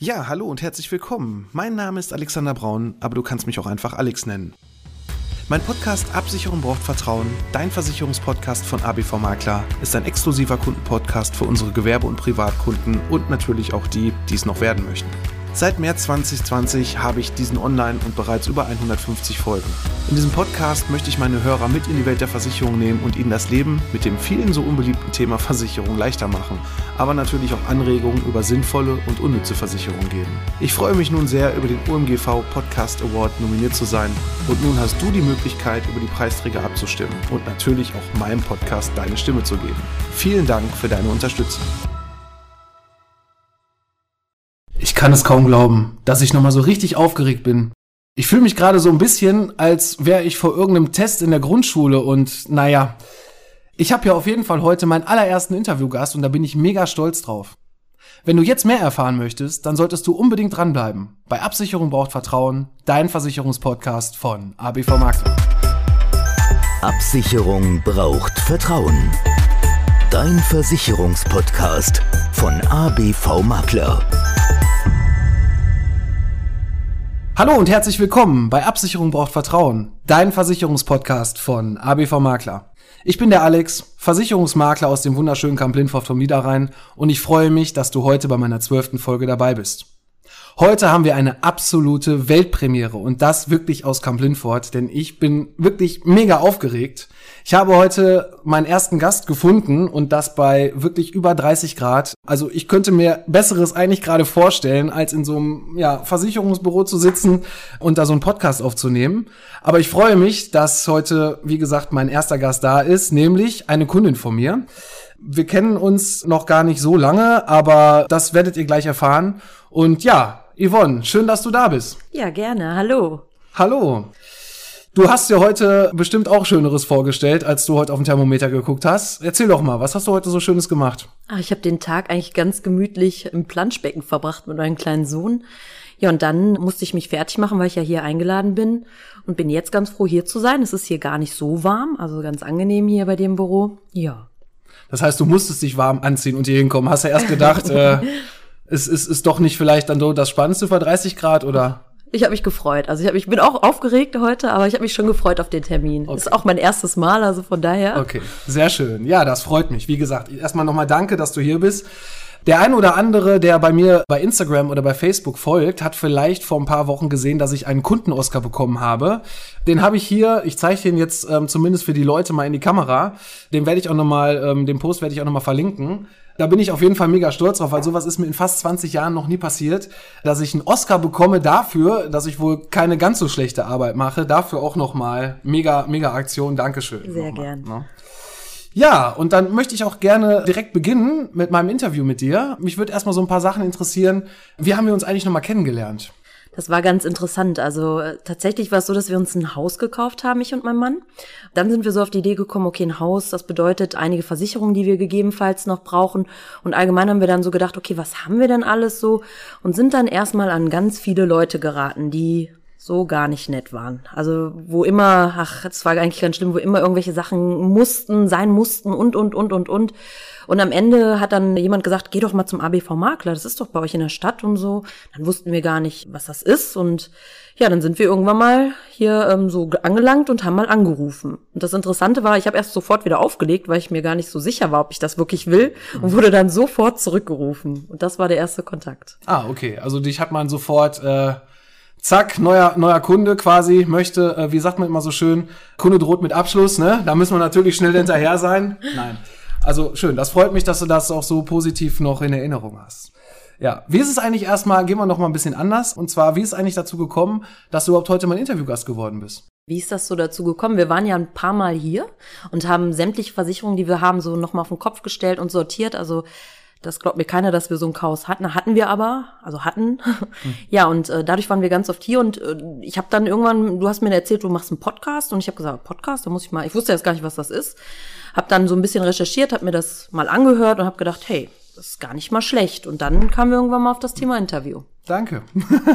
Ja, hallo und herzlich willkommen. Mein Name ist Alexander Braun, aber du kannst mich auch einfach Alex nennen. Mein Podcast Absicherung braucht Vertrauen, dein Versicherungspodcast von ABV Makler, ist ein exklusiver Kundenpodcast für unsere Gewerbe- und Privatkunden und natürlich auch die es noch werden möchten. Seit März 2020 habe ich diesen online und bereits über 150 Folgen. In diesem Podcast möchte ich meine Hörer mit in die Welt der Versicherung nehmen und ihnen das Leben mit dem vielen so unbeliebten Thema Versicherung leichter machen, aber natürlich auch Anregungen über sinnvolle und unnütze Versicherung geben. Ich freue mich nun sehr, über den OMGV Podcast Award nominiert zu sein und nun hast du die Möglichkeit, über die Preisträger abzustimmen und natürlich auch meinem Podcast deine Stimme zu geben. Vielen Dank für deine Unterstützung. Ich kann es kaum glauben, dass ich nochmal so richtig aufgeregt bin. Ich fühle mich gerade so ein bisschen, als wäre ich vor irgendeinem Test in der Grundschule und naja, ich habe ja auf jeden Fall heute meinen allerersten Interviewgast und da bin ich mega stolz drauf. Wenn du jetzt mehr erfahren möchtest, dann solltest du unbedingt dranbleiben. Bei Absicherung braucht Vertrauen, dein Versicherungspodcast von ABV Makler. Absicherung braucht Vertrauen. Dein Versicherungspodcast von ABV Makler. Hallo und herzlich willkommen bei Absicherung braucht Vertrauen, dein Versicherungspodcast von ABV Makler. Ich bin der Alex, Versicherungsmakler aus dem wunderschönen Kamp-Lindorf vom Niederrhein und ich freue mich, dass du heute bei meiner 12. Folge dabei bist. Heute haben wir eine absolute Weltpremiere und das wirklich aus Kamp-Lindfort, denn ich bin wirklich mega aufgeregt. Ich habe heute meinen ersten Gast gefunden und das bei wirklich über 30 Grad. Also ich könnte mir Besseres eigentlich gerade vorstellen, als in so einem Versicherungsbüro zu sitzen und da so einen Podcast aufzunehmen. Aber ich freue mich, dass heute, wie gesagt, mein erster Gast da ist, nämlich eine Kundin von mir. Wir kennen uns noch gar nicht so lange, aber das werdet ihr gleich erfahren. Und ja, Yvonne, schön, dass du da bist. Ja, gerne. Hallo. Hallo. Du hast dir heute bestimmt auch Schöneres vorgestellt, als du heute auf den Thermometer geguckt hast. Erzähl doch mal, was hast du heute so Schönes gemacht? Ich habe den Tag eigentlich ganz gemütlich im Planschbecken verbracht mit meinem kleinen Sohn. Ja, und dann musste ich mich fertig machen, weil ich ja hier eingeladen bin und bin jetzt ganz froh, hier zu sein. Es ist hier gar nicht so warm, also ganz angenehm hier bei dem Büro. Ja. Das heißt, du musstest dich warm anziehen und hier hinkommen. Hast ja erst gedacht, es ist doch nicht vielleicht dann so das Spannendste bei 30 Grad, oder? Ich habe mich gefreut. Also ich bin auch aufgeregt heute, aber ich habe mich schon gefreut auf den Termin. Okay. Ist auch mein erstes Mal, also von daher. Okay, sehr schön. Ja, das freut mich. Wie gesagt, erstmal nochmal danke, dass du hier bist. Der ein oder andere, der bei mir bei Instagram oder bei Facebook folgt, hat vielleicht vor ein paar Wochen gesehen, dass ich einen Kunden-Oscar bekommen habe. Den habe ich hier, ich zeige den jetzt zumindest für die Leute mal in die Kamera. Den werde ich auch nochmal, den Post werde ich auch nochmal verlinken. Da bin ich auf jeden Fall mega stolz drauf, weil sowas ist mir in fast 20 Jahren noch nie passiert, dass ich einen Oscar bekomme dafür, dass ich wohl keine ganz so schlechte Arbeit mache. Dafür auch nochmal mega Aktion. Dankeschön. Sehr gern. Ne? Ja, und dann möchte ich auch gerne direkt beginnen mit meinem Interview mit dir. Mich würde erstmal so ein paar Sachen interessieren. Wie haben wir uns eigentlich nochmal kennengelernt? Das war ganz interessant. Also tatsächlich war es so, dass wir uns ein Haus gekauft haben, ich und mein Mann. Dann sind wir so auf die Idee gekommen, okay, ein Haus, das bedeutet einige Versicherungen, die wir gegebenenfalls noch brauchen. Und allgemein haben wir dann so gedacht, okay, was haben wir denn alles so? Und sind dann erstmal an ganz viele Leute geraten, die so gar nicht nett waren. Also wo immer, es war eigentlich ganz schlimm, wo immer irgendwelche Sachen sein mussten und. Und am Ende hat dann jemand gesagt, geh doch mal zum ABV Makler, das ist doch bei euch in der Stadt und so. Dann wussten wir gar nicht, was das ist. Und ja, dann sind wir irgendwann mal hier so angelangt und haben mal angerufen. Und das Interessante war, ich habe erst sofort wieder aufgelegt, weil ich mir gar nicht so sicher war, ob ich das wirklich will. Und wurde dann sofort zurückgerufen. Und das war der erste Kontakt. Ah, okay. Also dich hat man sofort... Zack, neuer Kunde quasi möchte, wie sagt man immer so schön, Kunde droht mit Abschluss, ne? Da müssen wir natürlich schnell hinterher sein. Nein. Also schön, das freut mich, dass du das auch so positiv noch in Erinnerung hast. Ja, wie ist es eigentlich erstmal, gehen wir noch mal ein bisschen anders. Und zwar, wie ist es eigentlich dazu gekommen, dass du überhaupt heute mein Interviewgast geworden bist? Wie ist das so dazu gekommen? Wir waren ja ein paar Mal hier und haben sämtliche Versicherungen, die wir haben, so nochmal auf den Kopf gestellt und sortiert. Also das glaubt mir keiner, dass wir so ein Chaos hatten. Hatten wir aber, also hatten. Ja, und dadurch waren wir ganz oft hier. Und ich habe dann irgendwann, du hast mir erzählt, du machst einen Podcast. Und ich habe gesagt, Podcast, da muss ich mal, ich wusste jetzt gar nicht, was das ist. Habe dann so ein bisschen recherchiert, habe mir das mal angehört und habe gedacht, hey, das ist gar nicht mal schlecht. Und dann kamen wir irgendwann mal auf das Thema Interview. Danke.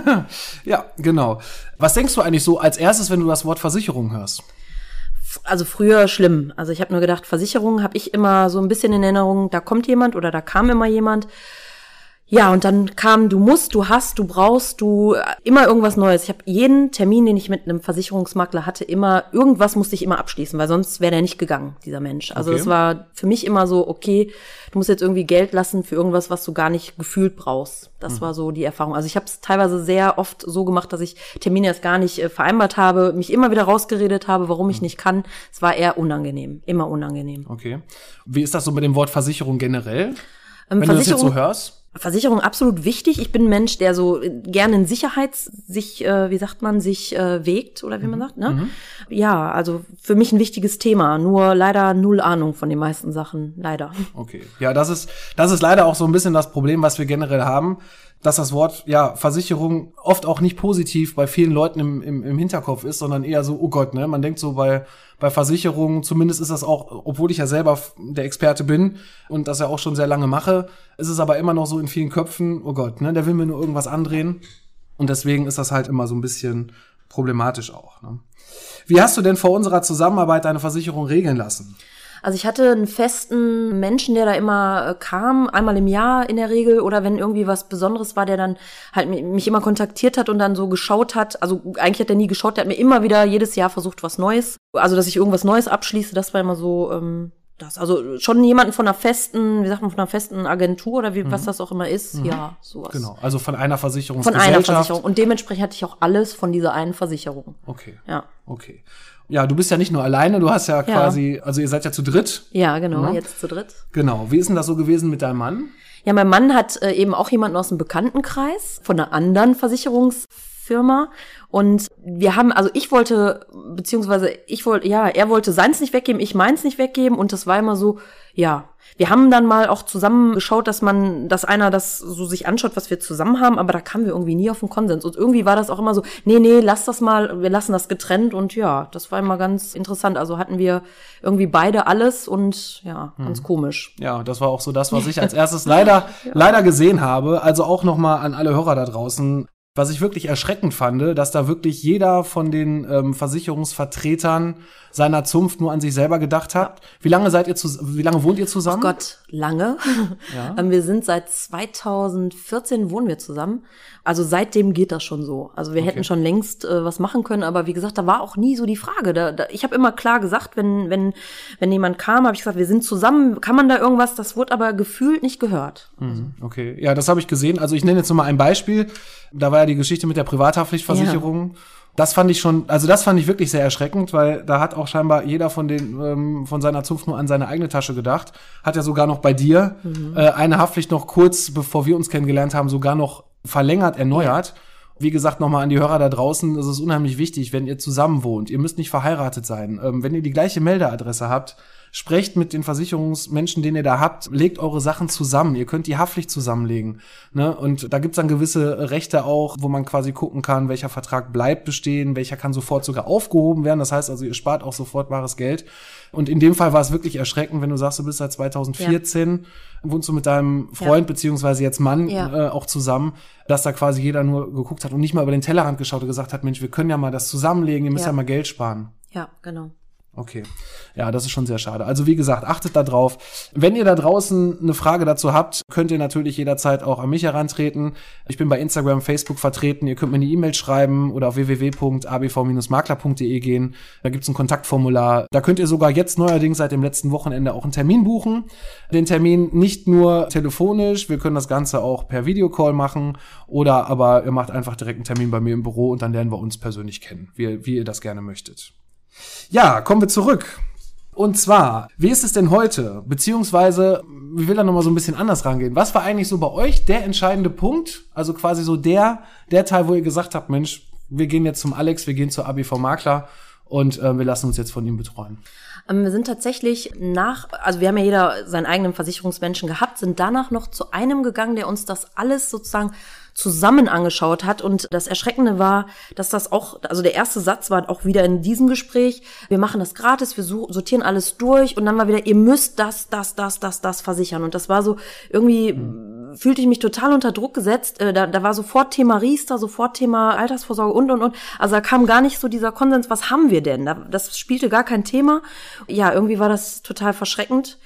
Ja, genau. Was denkst du eigentlich so als erstes, wenn du das Wort Versicherung hörst? Also früher schlimm. Also ich habe nur gedacht, Versicherungen habe ich immer so ein bisschen in Erinnerung, da kommt jemand oder da kam immer jemand. Ja, und dann kam, du musst, du hast, du brauchst, du immer irgendwas Neues. Ich habe jeden Termin, den ich mit einem Versicherungsmakler hatte, immer, irgendwas musste ich immer abschließen, weil sonst wäre der nicht gegangen, dieser Mensch. Also es war für mich immer so, okay, du musst jetzt irgendwie Geld lassen für irgendwas, was du gar nicht gefühlt brauchst. Das war so die Erfahrung. Also ich habe es teilweise sehr oft so gemacht, dass ich Termine erst gar nicht vereinbart habe, mich immer wieder rausgeredet habe, warum ich nicht kann. Es war eher unangenehm, immer unangenehm. Okay. Wie ist das so mit dem Wort Versicherung generell? Wenn du das jetzt so hörst? Versicherung absolut wichtig. Ich bin ein Mensch, der so gerne in Sicherheit sich wägt, oder wie man sagt, ne? Ja, also für mich ein wichtiges Thema. Nur leider null Ahnung von den meisten Sachen, leider. Okay. Ja, das ist leider auch so ein bisschen das Problem, was wir generell haben, dass das Wort, Versicherung oft auch nicht positiv bei vielen Leuten im Hinterkopf ist, sondern eher so, oh Gott, ne? Man denkt so bei Versicherungen, zumindest ist das auch, obwohl ich ja selber der Experte bin und das ja auch schon sehr lange mache, ist es aber immer noch so in vielen Köpfen, oh Gott, ne? Der will mir nur irgendwas andrehen. Und deswegen ist das halt immer so ein bisschen problematisch auch, ne? Wie hast du denn vor unserer Zusammenarbeit deine Versicherung regeln lassen? Also ich hatte einen festen Menschen, der da immer kam, einmal im Jahr in der Regel, oder wenn irgendwie was Besonderes war, der dann halt mich immer kontaktiert hat und dann so geschaut hat. Also eigentlich hat er nie geschaut, der hat mir immer wieder jedes Jahr versucht, was Neues. Also dass ich irgendwas Neues abschließe, das war immer so das. Also schon jemanden von einer festen, wie sagt man, von einer festen Agentur oder was das auch immer ist. Ja, sowas. Genau, also von einer Versicherungsgesellschaft. Von einer Versicherung. Und dementsprechend hatte ich auch alles von dieser einen Versicherung. Okay. Ja. Okay. Ja, du bist ja nicht nur alleine, du hast ja quasi, also ihr seid ja zu dritt. Ja, genau, jetzt zu dritt. Genau. Wie ist denn das so gewesen mit deinem Mann? Ja, mein Mann hat eben auch jemanden aus dem Bekanntenkreis von einer anderen Versicherungsfirma. Und wir haben, also er wollte seins nicht weggeben, ich meins nicht weggeben. Und das war immer so, ja. Wir haben dann mal auch zusammen geschaut, dass einer das so sich anschaut, was wir zusammen haben, aber da kamen wir irgendwie nie auf einen Konsens. Und irgendwie war das auch immer so, nee, lass das mal, wir lassen das getrennt. Und ja, das war immer ganz interessant. Also hatten wir irgendwie beide alles und ja, ganz komisch. Ja, das war auch so das, was ich als erstes leider gesehen habe. Also auch nochmal an alle Hörer da draußen. Was ich wirklich erschreckend fand, dass da wirklich jeder von den Versicherungsvertretern seiner Zunft nur an sich selber gedacht hat. Wie lange wohnt ihr zusammen? Oh Gott, lange. Ja. Wir sind seit 2014 wohnen wir zusammen. Also seitdem geht das schon so. Also wir hätten schon längst was machen können, aber wie gesagt, da war auch nie so die Frage. Ich habe immer klar gesagt, wenn jemand kam, habe ich gesagt, wir sind zusammen, kann man da irgendwas? Das wurde aber gefühlt nicht gehört. Okay, ja, das habe ich gesehen. Also ich nenne jetzt noch mal ein Beispiel. Da war ja die Geschichte mit der Privathaftpflichtversicherung. Ja. Das fand ich wirklich sehr erschreckend, weil da hat auch scheinbar jeder von seiner Zunft nur an seine eigene Tasche gedacht. Hat ja sogar noch bei dir eine Haftpflicht noch kurz, bevor wir uns kennengelernt haben, sogar noch verlängert, erneuert. Wie gesagt, nochmal an die Hörer da draußen, das ist unheimlich wichtig, wenn ihr zusammen wohnt. Ihr müsst nicht verheiratet sein. Wenn ihr die gleiche Meldeadresse habt, sprecht mit den Versicherungsmenschen, den ihr da habt, legt eure Sachen zusammen. Ihr könnt die Haftpflicht zusammenlegen, ne? Und da gibt's dann gewisse Rechte auch, wo man quasi gucken kann, welcher Vertrag bleibt bestehen, welcher kann sofort sogar aufgehoben werden. Das heißt also, ihr spart auch sofort bares Geld. Und in dem Fall war es wirklich erschreckend, wenn du sagst, du bist seit 2014, wohnst du mit deinem Freund beziehungsweise jetzt Mann auch zusammen, dass da quasi jeder nur geguckt hat und nicht mal über den Tellerrand geschaut und gesagt hat, Mensch, wir können ja mal das zusammenlegen, ihr müsst ja mal Geld sparen. Ja, genau. Okay. Ja, das ist schon sehr schade. Also wie gesagt, achtet da drauf. Wenn ihr da draußen eine Frage dazu habt, könnt ihr natürlich jederzeit auch an mich herantreten. Ich bin bei Instagram, Facebook vertreten. Ihr könnt mir eine E-Mail schreiben oder auf www.abv-makler.de gehen. Da gibt's ein Kontaktformular. Da könnt ihr sogar jetzt neuerdings seit dem letzten Wochenende auch einen Termin buchen. Den Termin nicht nur telefonisch, wir können das Ganze auch per Videocall machen oder aber ihr macht einfach direkt einen Termin bei mir im Büro und dann lernen wir uns persönlich kennen, wie ihr das gerne möchtet. Ja, kommen wir zurück. Und zwar, wie ist es denn heute? Beziehungsweise, ich will da nochmal so ein bisschen anders rangehen. Was war eigentlich so bei euch der entscheidende Punkt? Also quasi so der Teil, wo ihr gesagt habt, Mensch, wir gehen jetzt zum Alex, wir gehen zur ABV Makler und wir lassen uns jetzt von ihm betreuen. Wir sind tatsächlich also wir haben ja jeder seinen eigenen Versicherungsmenschen gehabt, sind danach noch zu einem gegangen, der uns das alles sozusagen zusammen angeschaut hat. Und das Erschreckende war, dass das auch, also der erste Satz war auch wieder in diesem Gespräch, wir machen das gratis, wir sortieren alles durch und dann war wieder, ihr müsst das versichern. Und das war so, irgendwie fühlte ich mich total unter Druck gesetzt. Da war sofort Thema Riester, sofort Thema Altersvorsorge und. Also da kam gar nicht so dieser Konsens, was haben wir denn? Das spielte gar kein Thema. Ja, irgendwie war das total verschreckend.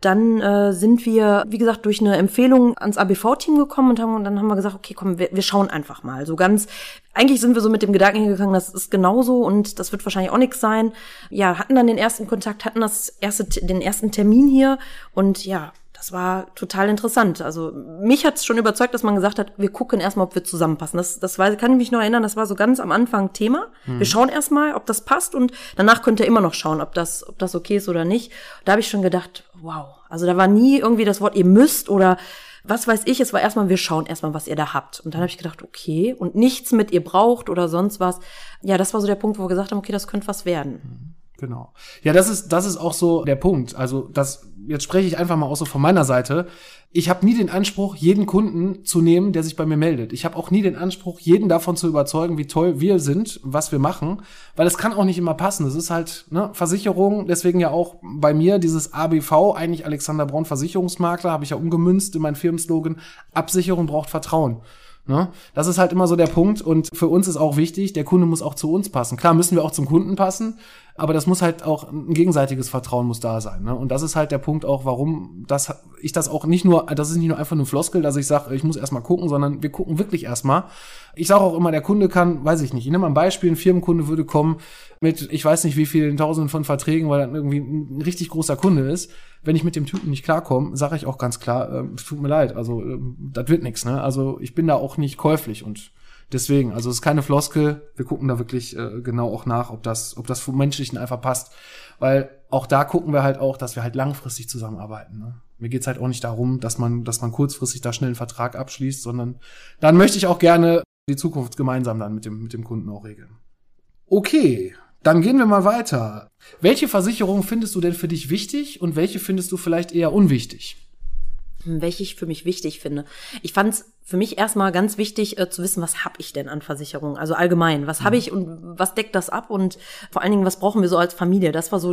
dann sind wir, wie gesagt, durch eine Empfehlung ans ABV-Team gekommen und dann haben wir gesagt, okay, komm, wir schauen einfach mal. So ganz, eigentlich sind wir so mit dem Gedanken hingegangen, das ist genauso und das wird wahrscheinlich auch nichts sein. Ja, hatten dann den ersten Kontakt, hatten den ersten Termin hier und ja, das war total interessant. Also mich hat's schon überzeugt, dass man gesagt hat, wir gucken erstmal, ob wir zusammenpassen. Kann ich mich noch erinnern, das war so ganz am Anfang Thema. Wir schauen erstmal, ob das passt und danach könnt ihr immer noch schauen, ob das okay ist oder nicht. Da habe ich schon gedacht, wow. Also da war nie irgendwie das Wort, ihr müsst oder was weiß ich. Es war erstmal, wir schauen erstmal, was ihr da habt. Und dann habe ich gedacht, okay. Und nichts mit ihr braucht oder sonst was. Ja, das war so der Punkt, wo wir gesagt haben, okay, das könnte was werden. Genau. Ja, das ist auch so der Punkt. Also jetzt spreche ich einfach mal auch so von meiner Seite. Ich habe nie den Anspruch, jeden Kunden zu nehmen, der sich bei mir meldet. Ich habe auch nie den Anspruch, jeden davon zu überzeugen, wie toll wir sind, was wir machen, weil es kann auch nicht immer passen. Es ist halt Versicherung, deswegen ja auch bei mir dieses ABV, eigentlich Alexander Braun Versicherungsmakler, habe ich ja umgemünzt in meinen Firmenslogan, Absicherung braucht Vertrauen. Ne? Das ist halt immer so der Punkt und für uns ist auch wichtig, der Kunde muss auch zu uns passen. Klar müssen wir auch zum Kunden passen, aber das muss halt auch ein gegenseitiges Vertrauen muss da sein. Ne? Und das ist halt der Punkt auch, warum ich das auch nicht nur, das ist nicht nur einfach eine Floskel, dass ich sage, ich muss erstmal gucken, sondern wir gucken wirklich erstmal. Ich sage auch immer, der Kunde kann, weiß ich nicht, ich nehme mal ein Beispiel, ein Firmenkunde würde kommen mit, ich weiß nicht wie vielen Tausenden von Verträgen, weil er irgendwie ein richtig großer Kunde ist. Wenn ich mit dem Typen nicht klarkomme, sage ich auch ganz klar, es tut mir leid, also das wird nichts, ne? Also ich bin da auch nicht käuflich und deswegen, also es ist keine Floskel, wir gucken da wirklich genau auch nach, ob das vom Menschlichen einfach passt, weil auch da gucken wir halt auch, dass wir halt langfristig zusammenarbeiten, ne? Mir geht's halt auch nicht darum, dass man kurzfristig da schnell einen Vertrag abschließt, sondern dann möchte ich auch gerne die Zukunft gemeinsam dann mit dem Kunden auch regeln. Okay. Dann gehen wir mal weiter. Welche Versicherung findest du denn für dich wichtig und welche findest du vielleicht eher unwichtig? Welche ich für mich wichtig finde. Ich fand es für mich erstmal ganz wichtig zu wissen, was habe ich denn an Versicherungen? Also allgemein, was habe ich und was deckt das ab? Und vor allen Dingen, was brauchen wir so als Familie? Das war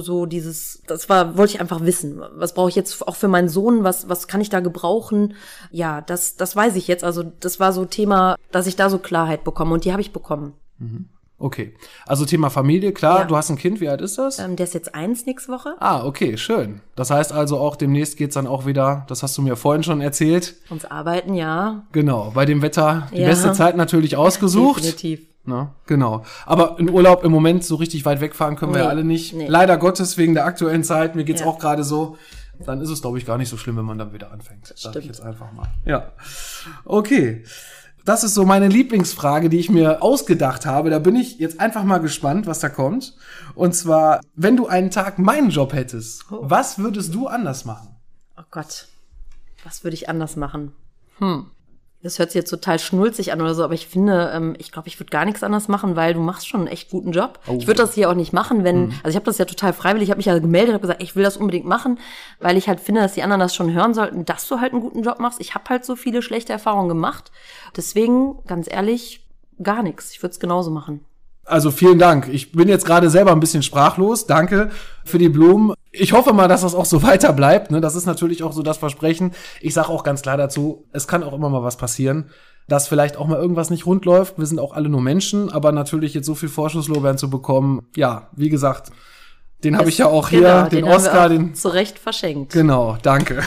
wollte ich einfach wissen. Was brauche ich jetzt auch für meinen Sohn? Was kann ich da gebrauchen? Ja, das weiß ich jetzt. Also das war so Thema, dass ich da so Klarheit bekomme und die habe ich bekommen. Okay, also Thema Familie, klar, Ja. Du hast ein Kind, wie alt ist das? Der ist jetzt 1 nächste Woche. Ah, okay, schön. Das heißt also auch demnächst geht's dann auch wieder, das hast du mir vorhin schon erzählt. Uns arbeiten, ja. Genau, bei dem Wetter die Ja. beste Zeit natürlich ausgesucht. Definitiv. Na, genau. Aber in Urlaub im Moment so richtig weit wegfahren können wir Nee, ja alle nicht. nee. Leider Gottes wegen der aktuellen Zeit, mir geht's Ja. auch gerade so. Dann ist es, glaube ich, gar nicht so schlimm, wenn man dann wieder anfängt. Sag ich stimmt. jetzt einfach mal. Ja, okay. Das ist so meine Lieblingsfrage, die ich mir ausgedacht habe. Da bin ich jetzt einfach mal gespannt, was da kommt. Und zwar, wenn du einen Tag meinen Job hättest, was würdest du anders machen? Oh Gott, was würde ich anders machen? Das hört sich jetzt total schnulzig an oder so, aber ich finde, ich glaube, ich würde gar nichts anders machen, weil du machst schon einen echt guten Job. Oh. Ich würde das hier auch nicht machen, also ich habe das ja total freiwillig, ich habe mich ja gemeldet, habe gesagt, ich will das unbedingt machen, weil ich halt finde, dass die anderen das schon hören sollten, dass du halt einen guten Job machst. Ich habe halt so viele schlechte Erfahrungen gemacht. Deswegen, ganz ehrlich, gar nichts. Ich würde es genauso machen. Also vielen Dank. Ich bin jetzt gerade selber ein bisschen sprachlos. Danke für die Blumen. Ich hoffe mal, dass das auch so weiter bleibt. Ne? Das ist natürlich auch so das Versprechen. Ich sage auch ganz klar dazu, es kann auch immer mal was passieren, dass vielleicht auch mal irgendwas nicht rund läuft. Wir sind auch alle nur Menschen, aber natürlich jetzt so viel Vorschusslorbeeren zu bekommen, ja, wie gesagt, den habe ich ja auch hier, Genau, den haben Oscar, wir auch den zu Recht verschenkt. Genau, danke.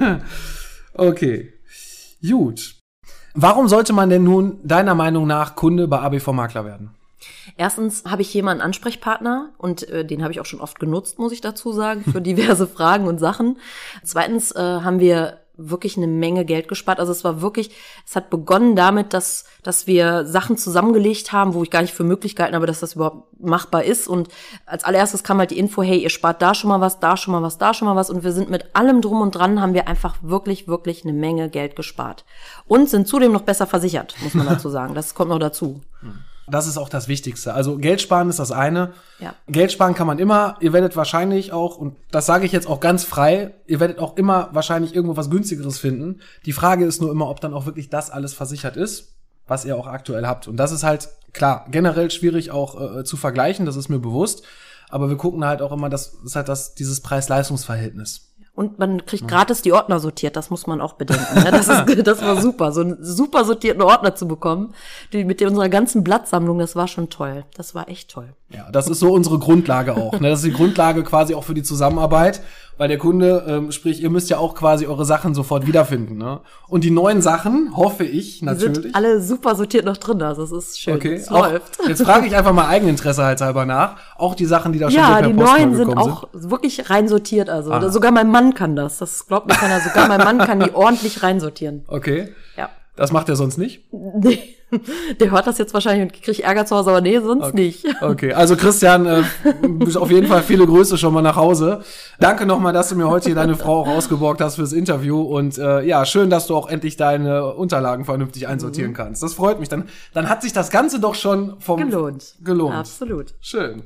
Okay, gut. Warum sollte man denn nun deiner Meinung nach Kunde bei ABV Makler werden? Erstens habe ich hier mal einen Ansprechpartner und den habe ich auch schon oft genutzt, muss ich dazu sagen, für diverse Fragen und Sachen. Zweitens haben wir wirklich eine Menge Geld gespart. Also es hat begonnen damit, dass wir Sachen zusammengelegt haben, wo ich gar nicht für möglich gehalten habe, dass das überhaupt machbar ist. Und als allererstes kam halt die Info, hey, ihr spart da schon mal was, da schon mal was, da schon mal was. Und wir sind mit allem drum und dran, haben wir einfach wirklich, wirklich eine Menge Geld gespart. Und sind zudem noch besser versichert, muss man dazu sagen. Das kommt noch dazu. Das ist auch das Wichtigste. Also Geld sparen ist das eine. Ja. Geld sparen kann man immer. Ihr werdet wahrscheinlich auch, und das sage ich jetzt auch ganz frei, ihr werdet auch immer wahrscheinlich irgendwo was Günstigeres finden. Die Frage ist nur immer, ob dann auch wirklich das alles versichert ist, was ihr auch aktuell habt. Und das ist halt, klar, generell schwierig auch zu vergleichen, das ist mir bewusst. Aber wir gucken halt auch immer, das ist halt dieses Preis-Leistungs-Verhältnis. Und man kriegt gratis die Ordner sortiert, das muss man auch bedenken. Ne? Das war super, so einen super sortierten Ordner zu bekommen, mit unserer ganzen Blattsammlung, das war schon toll. Das war echt toll. Ja, das ist so unsere Grundlage auch. Ne? Das ist die Grundlage quasi auch für die Zusammenarbeit. weil der Kunde, sprich, ihr müsst ja auch quasi eure Sachen sofort wiederfinden, ne? Und die neuen Sachen, hoffe ich natürlich. Die sind alle super sortiert noch drin, also es ist schön. Okay, es läuft. Jetzt frage ich einfach mal Eigeninteresse halt halber nach. Auch die Sachen, die da schon ja, per die Post neuen sind gekommen auch wirklich rein sortiert, also sogar mein Mann kann das. Das glaubt mir keiner, sogar mein Mann kann die ordentlich reinsortieren. Okay. Ja. Das macht er sonst nicht? Nee. Der hört das jetzt wahrscheinlich und kriegt Ärger zu Hause, aber nee, sonst nicht. Okay, also Christian, auf jeden Fall viele Grüße schon mal nach Hause. Danke nochmal, dass du mir heute hier deine Frau rausgeborgt hast fürs Interview und ja, schön, dass du auch endlich deine Unterlagen vernünftig einsortieren kannst. Das freut mich. Dann hat sich das Ganze doch schon gelohnt. Absolut. Schön.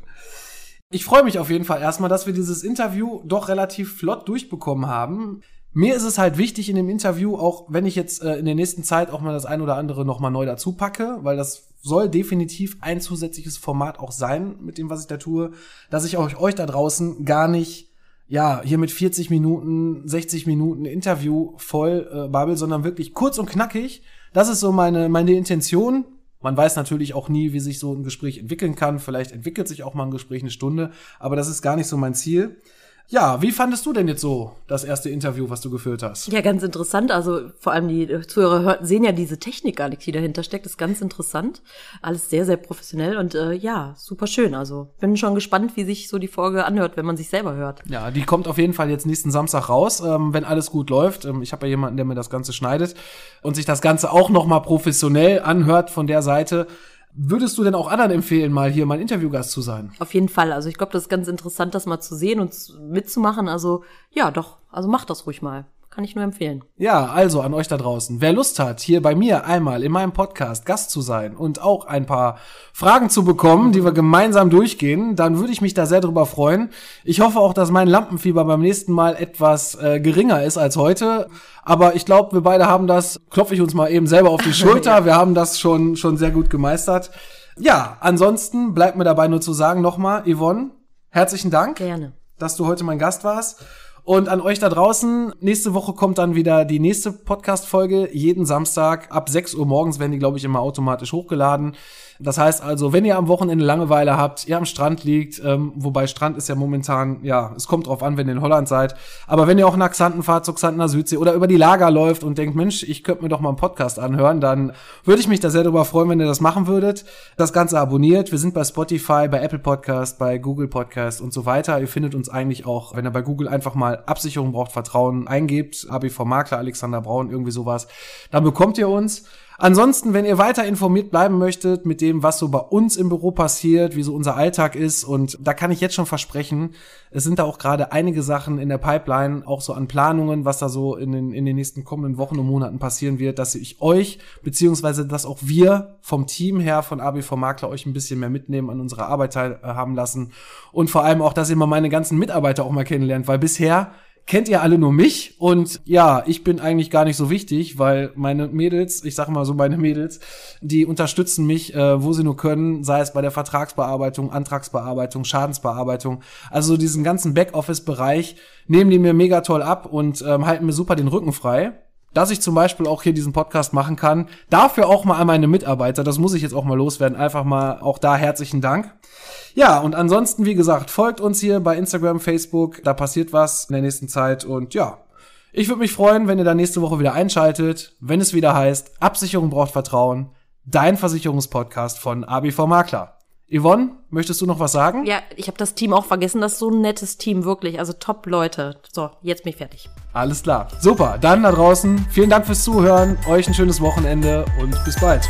Ich freue mich auf jeden Fall erstmal, dass wir dieses Interview doch relativ flott durchbekommen haben. Mir ist es halt wichtig in dem Interview, auch wenn ich jetzt in der nächsten Zeit auch mal das ein oder andere nochmal neu dazu packe, weil das soll definitiv ein zusätzliches Format auch sein mit dem, was ich da tue, dass ich euch da draußen gar nicht, ja, hier mit 40 Minuten, 60 Minuten Interview voll babbel, sondern wirklich kurz und knackig. Das ist so meine Intention. Man weiß natürlich auch nie, wie sich so ein Gespräch entwickeln kann. Vielleicht entwickelt sich auch mal ein Gespräch eine Stunde, aber das ist gar nicht so mein Ziel. Ja, wie fandest du denn jetzt so das erste Interview, was du geführt hast? Ja, ganz interessant. Also vor allem die Zuhörer sehen ja diese Technik gar nicht, die dahinter steckt. Das ist ganz interessant. Alles sehr, sehr professionell und ja, super schön. Also bin schon gespannt, wie sich so die Folge anhört, wenn man sich selber hört. Ja, die kommt auf jeden Fall jetzt nächsten Samstag raus, wenn alles gut läuft. Ich habe ja jemanden, der mir das Ganze schneidet und sich das Ganze auch nochmal professionell anhört von der Seite. Würdest du denn auch anderen empfehlen, mal hier mein Interviewgast zu sein? Auf jeden Fall. Also ich glaube, das ist ganz interessant, das mal zu sehen und mitzumachen. Also ja, doch. Also macht das ruhig mal. Kann ich nur empfehlen. Ja, also an euch da draußen. Wer Lust hat, hier bei mir einmal in meinem Podcast Gast zu sein und auch ein paar Fragen zu bekommen, die wir gemeinsam durchgehen, dann würde ich mich da sehr drüber freuen. Ich hoffe auch, dass mein Lampenfieber beim nächsten Mal etwas geringer ist als heute. Aber ich glaube, wir beide haben das, klopfe ich uns mal eben selber auf die Schulter, wir haben das schon sehr gut gemeistert. Ja, ansonsten bleibt mir dabei nur zu sagen nochmal, Yvonne, herzlichen Dank. Gerne. Dass du heute mein Gast warst. Und an euch da draußen, nächste Woche kommt dann wieder die nächste Podcast-Folge. Jeden Samstag ab 6 Uhr morgens werden die, glaube ich, immer automatisch hochgeladen. Das heißt also, wenn ihr am Wochenende Langeweile habt, ihr am Strand liegt, wobei Strand ist ja momentan, ja, es kommt drauf an, wenn ihr in Holland seid, aber wenn ihr auch nach Xanten fahrt, zur Xantener Südsee oder über die Lager läuft und denkt, Mensch, ich könnte mir doch mal einen Podcast anhören, dann würde ich mich da sehr darüber freuen, wenn ihr das machen würdet. Das Ganze abonniert. Wir sind bei Spotify, bei Apple Podcast, bei Google Podcast und so weiter. Ihr findet uns eigentlich auch, wenn ihr bei Google einfach mal Absicherung braucht Vertrauen eingebt, ABV Makler, Alexander Braun, irgendwie sowas, dann bekommt ihr uns. Ansonsten, wenn ihr weiter informiert bleiben möchtet mit dem, was so bei uns im Büro passiert, wie so unser Alltag ist, und da kann ich jetzt schon versprechen, es sind da auch gerade einige Sachen in der Pipeline, auch so an Planungen, was da so in den nächsten kommenden Wochen und Monaten passieren wird, dass ich euch, beziehungsweise dass auch wir vom Team her von ABV Makler euch ein bisschen mehr mitnehmen, an unserer Arbeit teilhaben lassen und vor allem auch, dass ihr mal meine ganzen Mitarbeiter auch mal kennenlernt, weil bisher kennt ihr alle nur mich und ja, ich bin eigentlich gar nicht so wichtig, weil meine Mädels, ich sag mal so meine Mädels, die unterstützen mich, wo sie nur können, sei es bei der Vertragsbearbeitung, Antragsbearbeitung, Schadensbearbeitung, also diesen ganzen Backoffice-Bereich nehmen die mir mega toll ab und halten mir super den Rücken frei. Dass ich zum Beispiel auch hier diesen Podcast machen kann. Dafür auch mal an meine Mitarbeiter, das muss ich jetzt auch mal loswerden, einfach mal auch da herzlichen Dank. Ja, und ansonsten, wie gesagt, folgt uns hier bei Instagram, Facebook, da passiert was in der nächsten Zeit und ja, ich würde mich freuen, wenn ihr da nächste Woche wieder einschaltet, wenn es wieder heißt, Absicherung braucht Vertrauen, dein Versicherungspodcast von ABV Makler. Yvonne, möchtest du noch was sagen? Ja, ich habe das Team auch vergessen. Das ist so ein nettes Team, wirklich. Also top Leute. So, jetzt bin ich fertig. Alles klar. Super. Dann da draußen, vielen Dank fürs Zuhören. Euch ein schönes Wochenende und bis bald.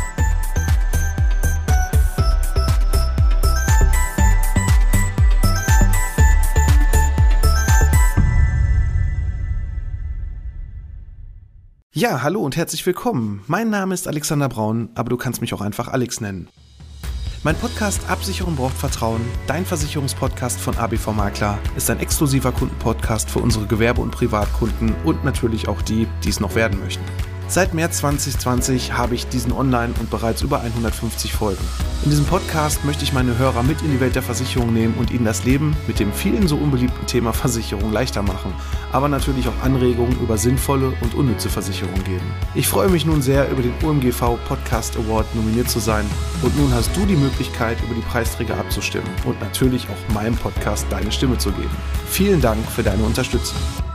Ja, hallo und herzlich willkommen. Mein Name ist Alexander Braun, aber du kannst mich auch einfach Alex nennen. Mein Podcast Absicherung braucht Vertrauen, dein Versicherungspodcast von ABV Makler, ist ein exklusiver Kundenpodcast für unsere Gewerbe- und Privatkunden und natürlich auch die, die es noch werden möchten. Seit März 2020 habe ich diesen online und bereits über 150 Folgen. In diesem Podcast möchte ich meine Hörer mit in die Welt der Versicherung nehmen und ihnen das Leben mit dem vielen so unbeliebten Thema Versicherung leichter machen, aber natürlich auch Anregungen über sinnvolle und unnütze Versicherungen geben. Ich freue mich nun sehr, über den OMGV Podcast Award nominiert zu sein und nun hast du die Möglichkeit, über die Preisträger abzustimmen und natürlich auch meinem Podcast deine Stimme zu geben. Vielen Dank für deine Unterstützung.